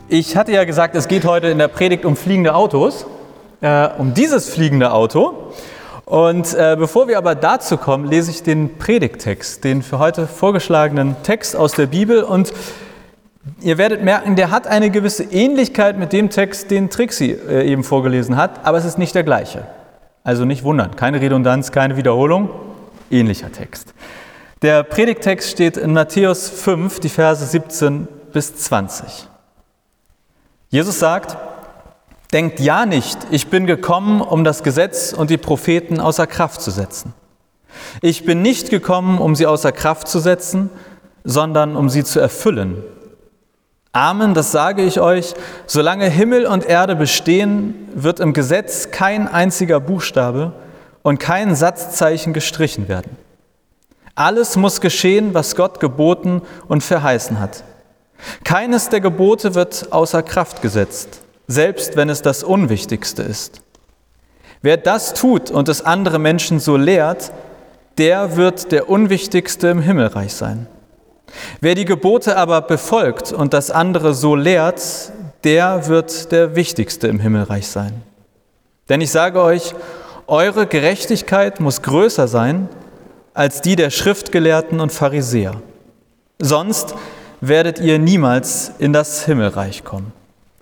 Ich hatte ja gesagt, es geht heute in der Predigt um fliegende Autos, um dieses fliegende Auto. Und bevor wir aber dazu kommen, lese ich den Predigttext, den für heute vorgeschlagenen Text aus der Bibel. Und ihr werdet merken, der hat eine gewisse Ähnlichkeit mit dem Text, den Trixi eben vorgelesen hat, aber es ist nicht der gleiche. Also nicht wundern, keine Redundanz, keine Wiederholung, ähnlicher Text. Der Predigttext steht in Matthäus 5, die Verse 17 bis 20. Jesus sagt: Denkt ja nicht, ich bin gekommen, um das Gesetz und die Propheten außer Kraft zu setzen. Ich bin nicht gekommen, um sie außer Kraft zu setzen, sondern um sie zu erfüllen. Amen, das sage ich euch, solange Himmel und Erde bestehen, wird im Gesetz kein einziger Buchstabe und kein Satzzeichen gestrichen werden. Alles muss geschehen, was Gott geboten und verheißen hat. Keines der Gebote wird außer Kraft gesetzt, selbst wenn es das Unwichtigste ist. Wer das tut und es andere Menschen so lehrt, der wird der Unwichtigste im Himmelreich sein. Wer die Gebote aber befolgt und das andere so lehrt, der wird der Wichtigste im Himmelreich sein. Denn ich sage euch, eure Gerechtigkeit muss größer sein als die der Schriftgelehrten und Pharisäer. Sonst werdet ihr niemals in das Himmelreich kommen.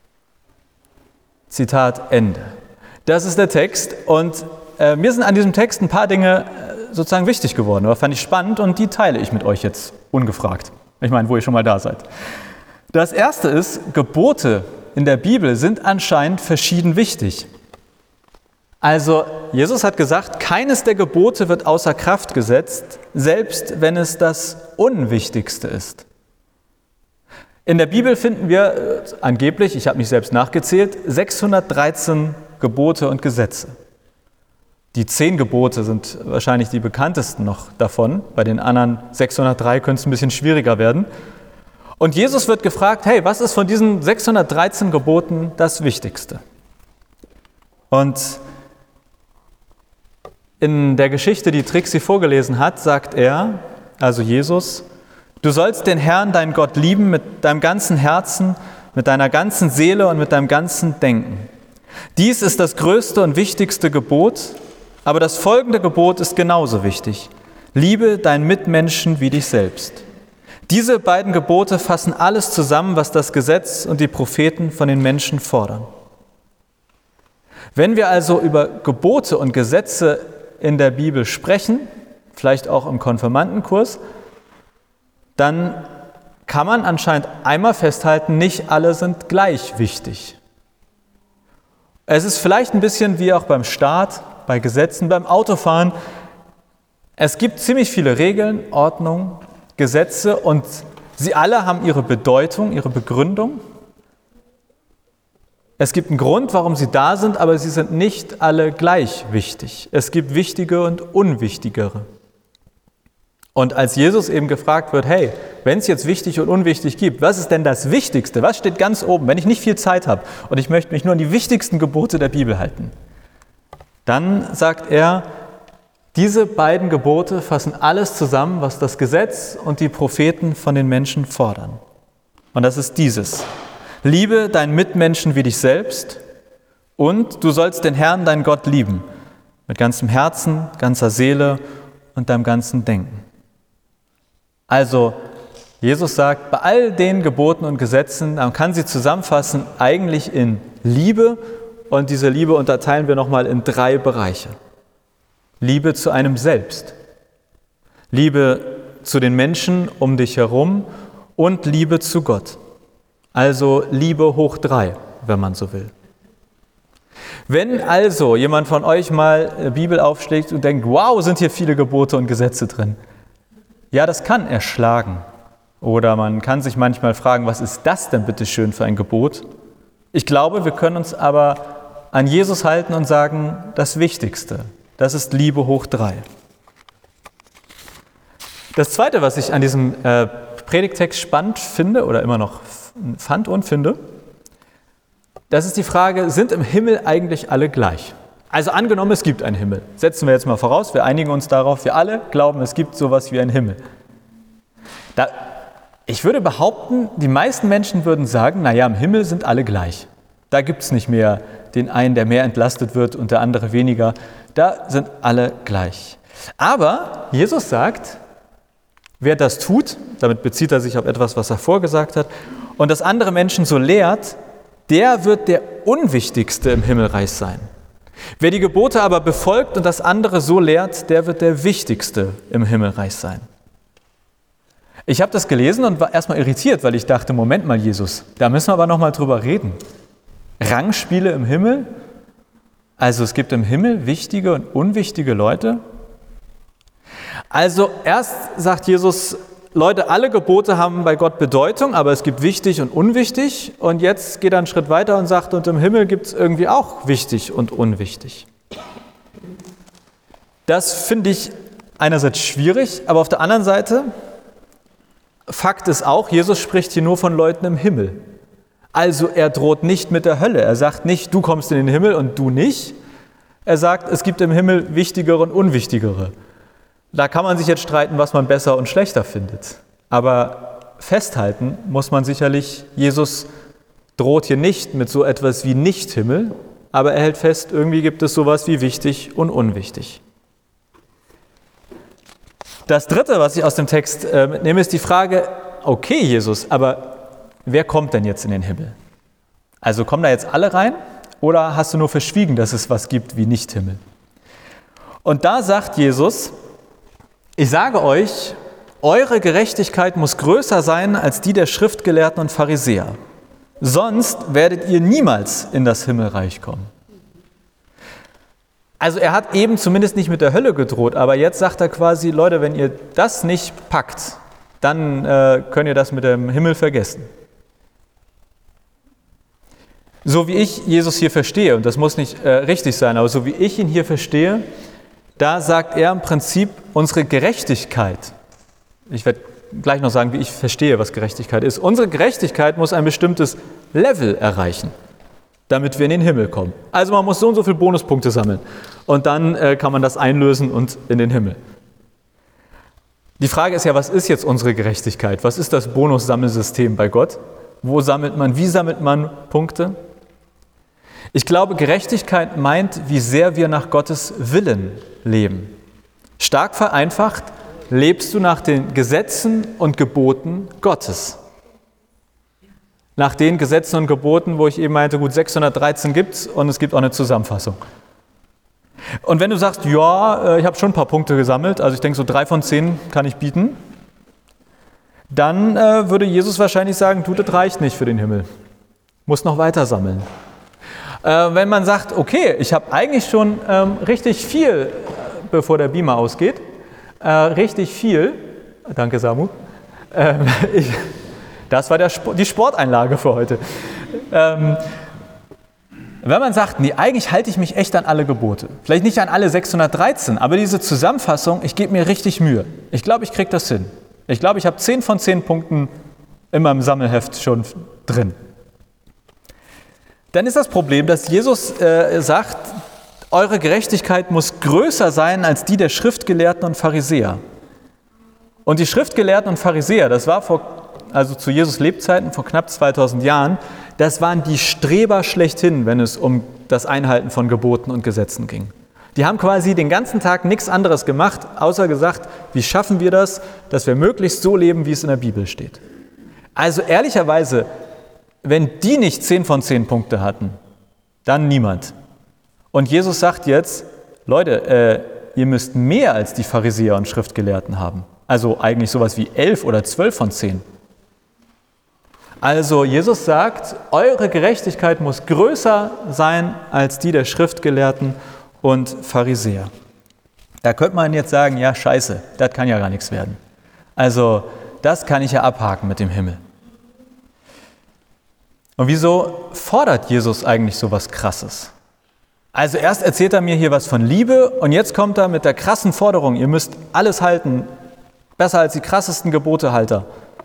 Zitat Ende. Das ist der Text und mir sind an diesem Text ein paar Dinge sozusagen wichtig geworden, aber fand ich spannend und die teile ich mit euch jetzt ungefragt. Ich meine, wo ihr schon mal da seid. Das erste ist, Gebote in der Bibel sind anscheinend verschieden wichtig. Also Jesus hat gesagt, keines der Gebote wird außer Kraft gesetzt, selbst wenn es das Unwichtigste ist. In der Bibel finden wir angeblich, ich habe mich selbst nachgezählt, 613 Gebote und Gesetze. Die 10 Gebote sind wahrscheinlich die bekanntesten noch davon. Bei den anderen 603 könnte es ein bisschen schwieriger werden. Und Jesus wird gefragt, hey, was ist von diesen 613 Geboten das Wichtigste? Und in der Geschichte, die Trixi vorgelesen hat, sagt er, also Jesus: Du sollst den Herrn, deinen Gott, lieben mit deinem ganzen Herzen, mit deiner ganzen Seele und mit deinem ganzen Denken. Dies ist das größte und wichtigste Gebot, aber das folgende Gebot ist genauso wichtig. Liebe deinen Mitmenschen wie dich selbst. Diese beiden Gebote fassen alles zusammen, was das Gesetz und die Propheten von den Menschen fordern. Wenn wir also über Gebote und Gesetze in der Bibel sprechen, vielleicht auch im Konfirmandenkurs, dann kann man anscheinend einmal festhalten, nicht alle sind gleich wichtig. Es ist vielleicht ein bisschen wie auch beim Staat, bei Gesetzen, beim Autofahren. Es gibt ziemlich viele Regeln, Ordnungen, Gesetze und sie alle haben ihre Bedeutung, ihre Begründung. Es gibt einen Grund, warum sie da sind, aber sie sind nicht alle gleich wichtig. Es gibt wichtige und unwichtigere. Und als Jesus eben gefragt wird, hey, wenn es jetzt wichtig und unwichtig gibt, was ist denn das Wichtigste? Was steht ganz oben, wenn ich nicht viel Zeit habe und ich möchte mich nur an die wichtigsten Gebote der Bibel halten? Dann sagt er, diese beiden Gebote fassen alles zusammen, was das Gesetz und die Propheten von den Menschen fordern. Und das ist dieses: Liebe deinen Mitmenschen wie dich selbst und du sollst den Herrn, deinen Gott, lieben, mit ganzem Herzen, ganzer Seele und deinem ganzen Denken. Also, Jesus sagt, bei all den Geboten und Gesetzen, man kann sie zusammenfassen eigentlich in Liebe, und diese Liebe unterteilen wir nochmal in 3 Bereiche. Liebe zu einem selbst, Liebe zu den Menschen um dich herum und Liebe zu Gott. Also Liebe hoch 3, wenn man so will. Wenn also jemand von euch mal Bibel aufschlägt und denkt, wow, sind hier viele Gebote und Gesetze drin. Ja, das kann erschlagen. Oder man kann sich manchmal fragen, was ist das denn bitte schön für ein Gebot? Ich glaube, wir können uns aber an Jesus halten und sagen, das Wichtigste, das ist Liebe hoch 3. Das Zweite, was ich an diesem Predigttext spannend finde oder immer noch fand und finde, das ist die Frage, sind im Himmel eigentlich alle gleich? Also angenommen, es gibt einen Himmel. Setzen wir jetzt mal voraus, wir einigen uns darauf, wir alle glauben, es gibt sowas wie einen Himmel. Da Ich würde behaupten, die meisten Menschen würden sagen, naja, im Himmel sind alle gleich. Da gibt es nicht mehr den einen, der mehr entlastet wird und der andere weniger. Da sind alle gleich. Aber Jesus sagt, wer das tut, damit bezieht er sich auf etwas, was er vorgesagt hat, und das andere Menschen so lehrt, der wird der Unwichtigste im Himmelreich sein. Wer die Gebote aber befolgt und das andere so lehrt, der wird der Wichtigste im Himmelreich sein. Ich habe das gelesen und war erstmal irritiert, weil ich dachte, Moment mal, Jesus, da müssen wir aber noch mal drüber reden. Rangspiele im Himmel? Also es gibt im Himmel wichtige und unwichtige Leute? Also erst sagt Jesus, Leute, alle Gebote haben bei Gott Bedeutung, aber es gibt wichtig und unwichtig. Und jetzt geht er einen Schritt weiter und sagt, und im Himmel gibt es irgendwie auch wichtig und unwichtig. Das finde ich einerseits schwierig, aber auf der anderen Seite, Fakt ist auch, Jesus spricht hier nur von Leuten im Himmel. Also er droht nicht mit der Hölle. Er sagt nicht, du kommst in den Himmel und du nicht. Er sagt, es gibt im Himmel wichtigere und unwichtigere. Da kann man sich jetzt streiten, was man besser und schlechter findet. Aber festhalten muss man sicherlich, Jesus droht hier nicht mit so etwas wie Nicht-Himmel, aber er hält fest, irgendwie gibt es sowas wie wichtig und unwichtig. Das Dritte, was ich aus dem Text mitnehme, ist die Frage, okay Jesus, aber wer kommt denn jetzt in den Himmel? Also kommen da jetzt alle rein oder hast du nur verschwiegen, dass es was gibt wie Nicht-Himmel? Und da sagt Jesus, ich sage euch, eure Gerechtigkeit muss größer sein als die der Schriftgelehrten und Pharisäer. Sonst werdet ihr niemals in das Himmelreich kommen. Also er hat eben zumindest nicht mit der Hölle gedroht, aber jetzt sagt er quasi, Leute, wenn ihr das nicht packt, dann könnt ihr das mit dem Himmel vergessen. So wie ich Jesus hier verstehe, und das muss nicht richtig sein, aber so wie ich ihn hier verstehe, da sagt er im Prinzip, unsere Gerechtigkeit, ich werde gleich noch sagen, wie ich verstehe, was Gerechtigkeit ist, unsere Gerechtigkeit muss ein bestimmtes Level erreichen, damit wir in den Himmel kommen. Also man muss so und so viele Bonuspunkte sammeln und dann kann man das einlösen und in den Himmel. Die Frage ist ja, was ist jetzt unsere Gerechtigkeit? Was ist das Bonussammelsystem bei Gott? Wie sammelt man Punkte? Ich glaube, Gerechtigkeit meint, wie sehr wir nach Gottes Willen leben. Stark vereinfacht, lebst du nach den Gesetzen und Geboten Gottes. Nach den Gesetzen und Geboten, wo ich eben meinte, gut, 613 gibt es und es gibt auch eine Zusammenfassung. Und wenn du sagst, ja, ich habe schon ein paar Punkte gesammelt, also ich denke, so 3 von 10 kann ich bieten, dann würde Jesus wahrscheinlich sagen, du, das reicht nicht für den Himmel. Musst noch weiter sammeln. Wenn man sagt, okay, ich habe eigentlich schon richtig viel, bevor der Beamer ausgeht, richtig viel, danke Samu, das war die Sporteinlage für heute. Wenn man sagt, nee, eigentlich halte ich mich echt an alle Gebote, vielleicht nicht an alle 613, aber diese Zusammenfassung, ich gebe mir richtig Mühe. Ich glaube, ich kriege das hin. Ich glaube, ich habe 10 von 10 Punkten in meinem Sammelheft schon drin. Dann ist das Problem, dass Jesus sagt, eure Gerechtigkeit muss größer sein als die der Schriftgelehrten und Pharisäer. Und die Schriftgelehrten und Pharisäer, das war also zu Jesus Lebzeiten vor knapp 2000 Jahren, das waren die Streber schlechthin, wenn es um das Einhalten von Geboten und Gesetzen ging. Die haben quasi den ganzen Tag nichts anderes gemacht, außer gesagt, wie schaffen wir das, dass wir möglichst so leben, wie es in der Bibel steht. Also ehrlicherweise, wenn die nicht 10 von 10 Punkte hatten, dann niemand. Und Jesus sagt jetzt, Leute, ihr müsst mehr als die Pharisäer und Schriftgelehrten haben. Also eigentlich sowas wie 11 oder 12 von 10. Also Jesus sagt, eure Gerechtigkeit muss größer sein als die der Schriftgelehrten und Pharisäer. Da könnte man jetzt sagen, ja scheiße, das kann ja gar nichts werden. Also das kann ich ja abhaken mit dem Himmel. Und wieso fordert Jesus eigentlich so was Krasses? Also erst erzählt er mir hier was von Liebe und jetzt kommt er mit der krassen Forderung, ihr müsst alles halten, besser als die krassesten Gebotehalter.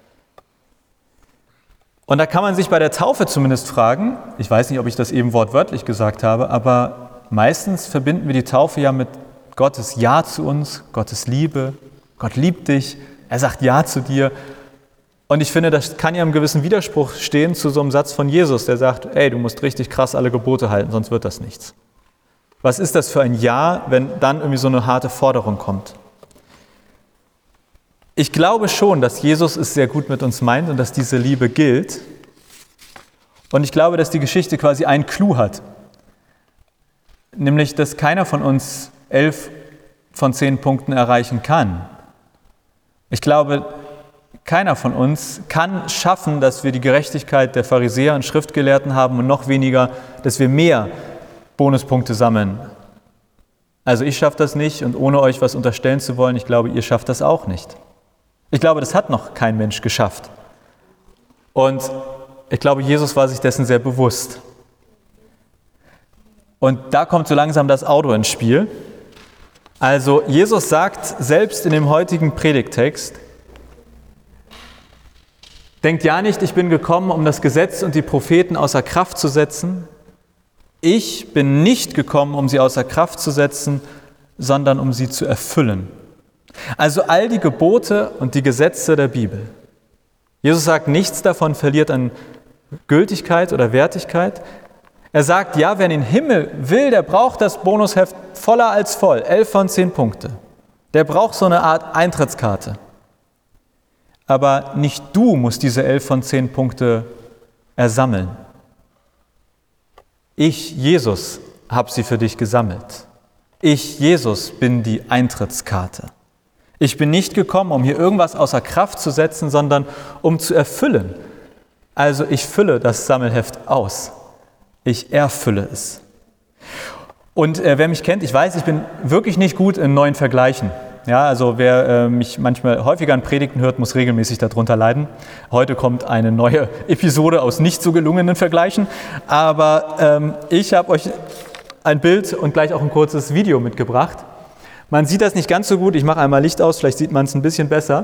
Und da kann man sich bei der Taufe zumindest fragen, ich weiß nicht, ob ich das eben wortwörtlich gesagt habe, aber meistens verbinden wir die Taufe ja mit Gottes Ja zu uns, Gottes Liebe. Gott liebt dich, er sagt Ja zu dir. Und ich finde, das kann ja im gewissen Widerspruch stehen zu so einem Satz von Jesus, der sagt, ey, du musst richtig krass alle Gebote halten, sonst wird das nichts. Was ist das für ein Ja, wenn dann irgendwie so eine harte Forderung kommt? Ich glaube schon, dass Jesus es sehr gut mit uns meint und dass diese Liebe gilt. Und ich glaube, dass die Geschichte quasi einen Clou hat. Nämlich, dass keiner von uns 11 von 10 Punkten erreichen kann. Ich glaube, keiner von uns kann schaffen, dass wir die Gerechtigkeit der Pharisäer und Schriftgelehrten haben und noch weniger, dass wir mehr Bonuspunkte sammeln. Also ich schaffe das nicht und ohne euch was unterstellen zu wollen, ich glaube, ihr schafft das auch nicht. Ich glaube, das hat noch kein Mensch geschafft. Und ich glaube, Jesus war sich dessen sehr bewusst. Und da kommt so langsam das Auto ins Spiel. Also Jesus sagt selbst in dem heutigen Predigttext, denkt ja nicht, ich bin gekommen, um das Gesetz und die Propheten außer Kraft zu setzen. Ich bin nicht gekommen, um sie außer Kraft zu setzen, sondern um sie zu erfüllen. Also all die Gebote und die Gesetze der Bibel. Jesus sagt, nichts davon verliert an Gültigkeit oder Wertigkeit. Er sagt, ja, wer in den Himmel will, der braucht das Bonusheft voller als voll, 11 von 10 Punkte. Der braucht so eine Art Eintrittskarte. Aber nicht du musst diese 11 von 10 Punkte ersammeln. Ich, Jesus, habe sie für dich gesammelt. Ich, Jesus, bin die Eintrittskarte. Ich bin nicht gekommen, um hier irgendwas außer Kraft zu setzen, sondern um zu erfüllen. Also ich fülle das Sammelheft aus. Ich erfülle es. Und wer mich kennt, ich weiß, ich bin wirklich nicht gut in neuen Vergleichen. Ja, also wer mich manchmal häufiger an Predigten hört, muss regelmäßig darunter leiden. Heute kommt eine neue Episode aus nicht so gelungenen Vergleichen. Aber ich habe euch ein Bild und gleich auch ein kurzes Video mitgebracht. Man sieht das nicht ganz so gut. Ich mache einmal Licht aus, vielleicht sieht man es ein bisschen besser.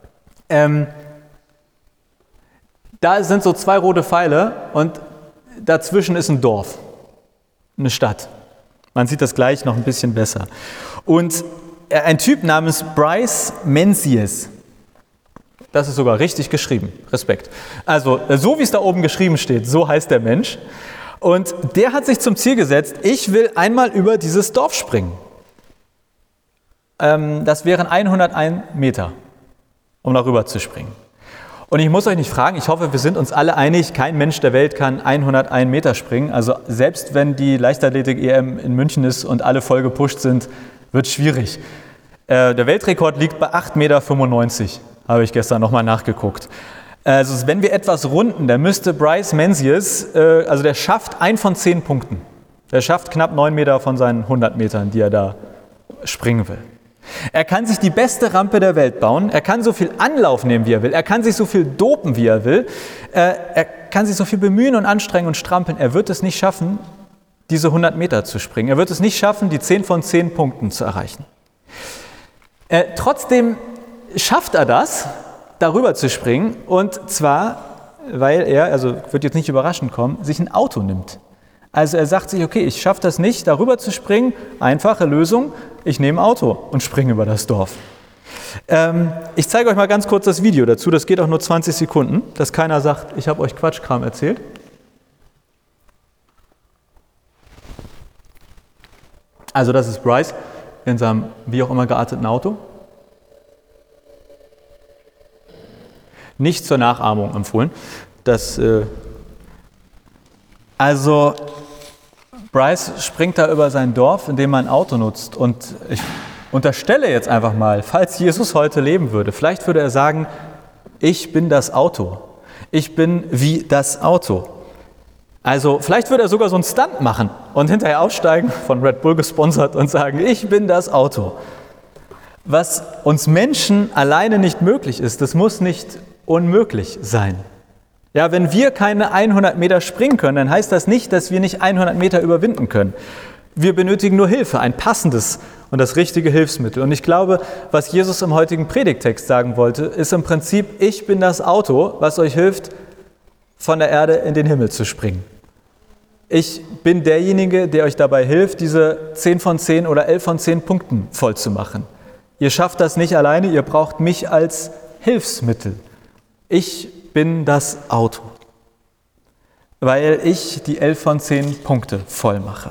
Da sind so 2 rote Pfeile und dazwischen ist ein Dorf, eine Stadt. Man sieht das gleich noch ein bisschen besser. Und ein Typ namens Bryce Menzies, das ist sogar richtig geschrieben, Respekt. Also so wie es da oben geschrieben steht, so heißt der Mensch. Und der hat sich zum Ziel gesetzt, ich will einmal über dieses Dorf springen. Das wären 101 Meter, um darüber zu springen. Und ich muss euch nicht fragen, ich hoffe, wir sind uns alle einig, kein Mensch der Welt kann 101 Meter springen. Also selbst wenn die Leichtathletik-EM in München ist und alle voll gepusht sind, wird es schwierig. Der Weltrekord liegt bei 8,95 Meter, habe ich gestern nochmal nachgeguckt. Also wenn wir etwas runden, dann müsste Bryce Menzies, also der schafft 1 von 10 Punkten. Der schafft knapp 9 Meter von seinen 100 Metern, die er da springen will. Er kann sich die beste Rampe der Welt bauen, er kann so viel Anlauf nehmen, wie er will, er kann sich so viel dopen, wie er will, er kann sich so viel bemühen und anstrengen und strampeln, er wird es nicht schaffen, diese 100 Meter zu springen. Er wird es nicht schaffen, die 10 von 10 Punkten zu erreichen. Trotzdem schafft er das, darüber zu springen, und zwar, weil er, also wird jetzt nicht überraschend kommen, sich ein Auto nimmt. Also er sagt sich, okay, ich schaffe das nicht, darüber zu springen, einfache Lösung, ich nehme ein Auto und springe über das Dorf. Ich zeige euch mal ganz kurz das Video dazu, das geht auch nur 20 Sekunden, dass keiner sagt, ich habe euch Quatschkram erzählt. Also das ist Bryce in seinem wie auch immer gearteten Auto. Nicht zur Nachahmung empfohlen. Also Bryce springt da über sein Dorf, indem er ein Auto nutzt. Und ich unterstelle jetzt einfach mal, falls Jesus heute leben würde, vielleicht würde er sagen, ich bin das Auto. Ich bin wie das Auto. Also vielleicht würde er sogar so einen Stunt machen und hinterher aussteigen, von Red Bull gesponsert, und sagen, ich bin das Auto. Was uns Menschen alleine nicht möglich ist, das muss nicht unmöglich sein. Ja, wenn wir keine 100 Meter springen können, dann heißt das nicht, dass wir nicht 100 Meter überwinden können. Wir benötigen nur Hilfe, ein passendes und das richtige Hilfsmittel. Und ich glaube, was Jesus im heutigen Predigttext sagen wollte, ist im Prinzip, ich bin das Auto, was euch hilft, von der Erde in den Himmel zu springen. Ich bin derjenige, der euch dabei hilft, diese 10 von 10 oder 11 von 10 Punkten voll zu machen. Ihr schafft das nicht alleine, ihr braucht mich als Hilfsmittel. Ich bin das Auto, weil ich die 11 von 10 Punkte voll mache.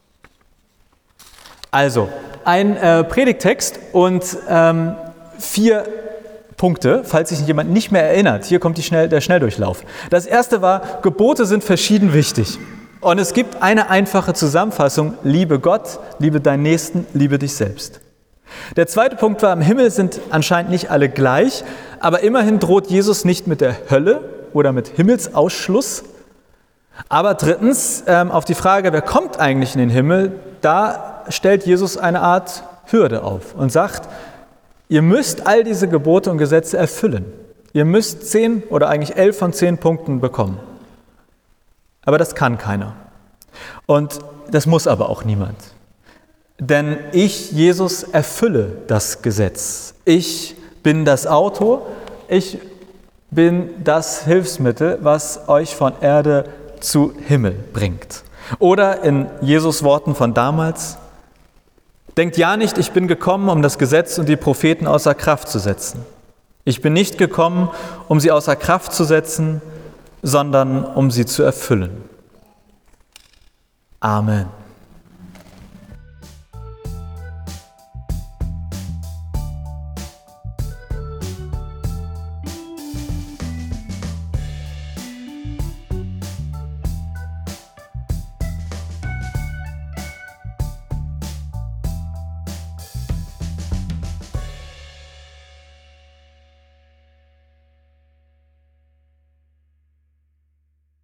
Also, ein Predigttext und 4 Punkte, falls sich jemand nicht mehr erinnert. Hier kommt der Schnelldurchlauf. Das erste war, Gebote sind verschieden wichtig. Und es gibt eine einfache Zusammenfassung: Liebe Gott, liebe deinen Nächsten, liebe dich selbst. Der zweite Punkt war, im Himmel sind anscheinend nicht alle gleich, aber immerhin droht Jesus nicht mit der Hölle oder mit Himmelsausschluss. Aber drittens, auf die Frage, wer kommt eigentlich in den Himmel, da stellt Jesus eine Art Hürde auf und sagt, ihr müsst all diese Gebote und Gesetze erfüllen. Ihr müsst 10 oder eigentlich 11 von 10 Punkten bekommen. Aber das kann keiner. Und das muss aber auch niemand. Denn ich, Jesus, erfülle das Gesetz. Ich bin das Auto, ich bin das Hilfsmittel, was euch von Erde zu Himmel bringt. Oder in Jesus' Worten von damals, denkt ja nicht, ich bin gekommen, um das Gesetz und die Propheten außer Kraft zu setzen. Ich bin nicht gekommen, um sie außer Kraft zu setzen, sondern um sie zu erfüllen. Amen.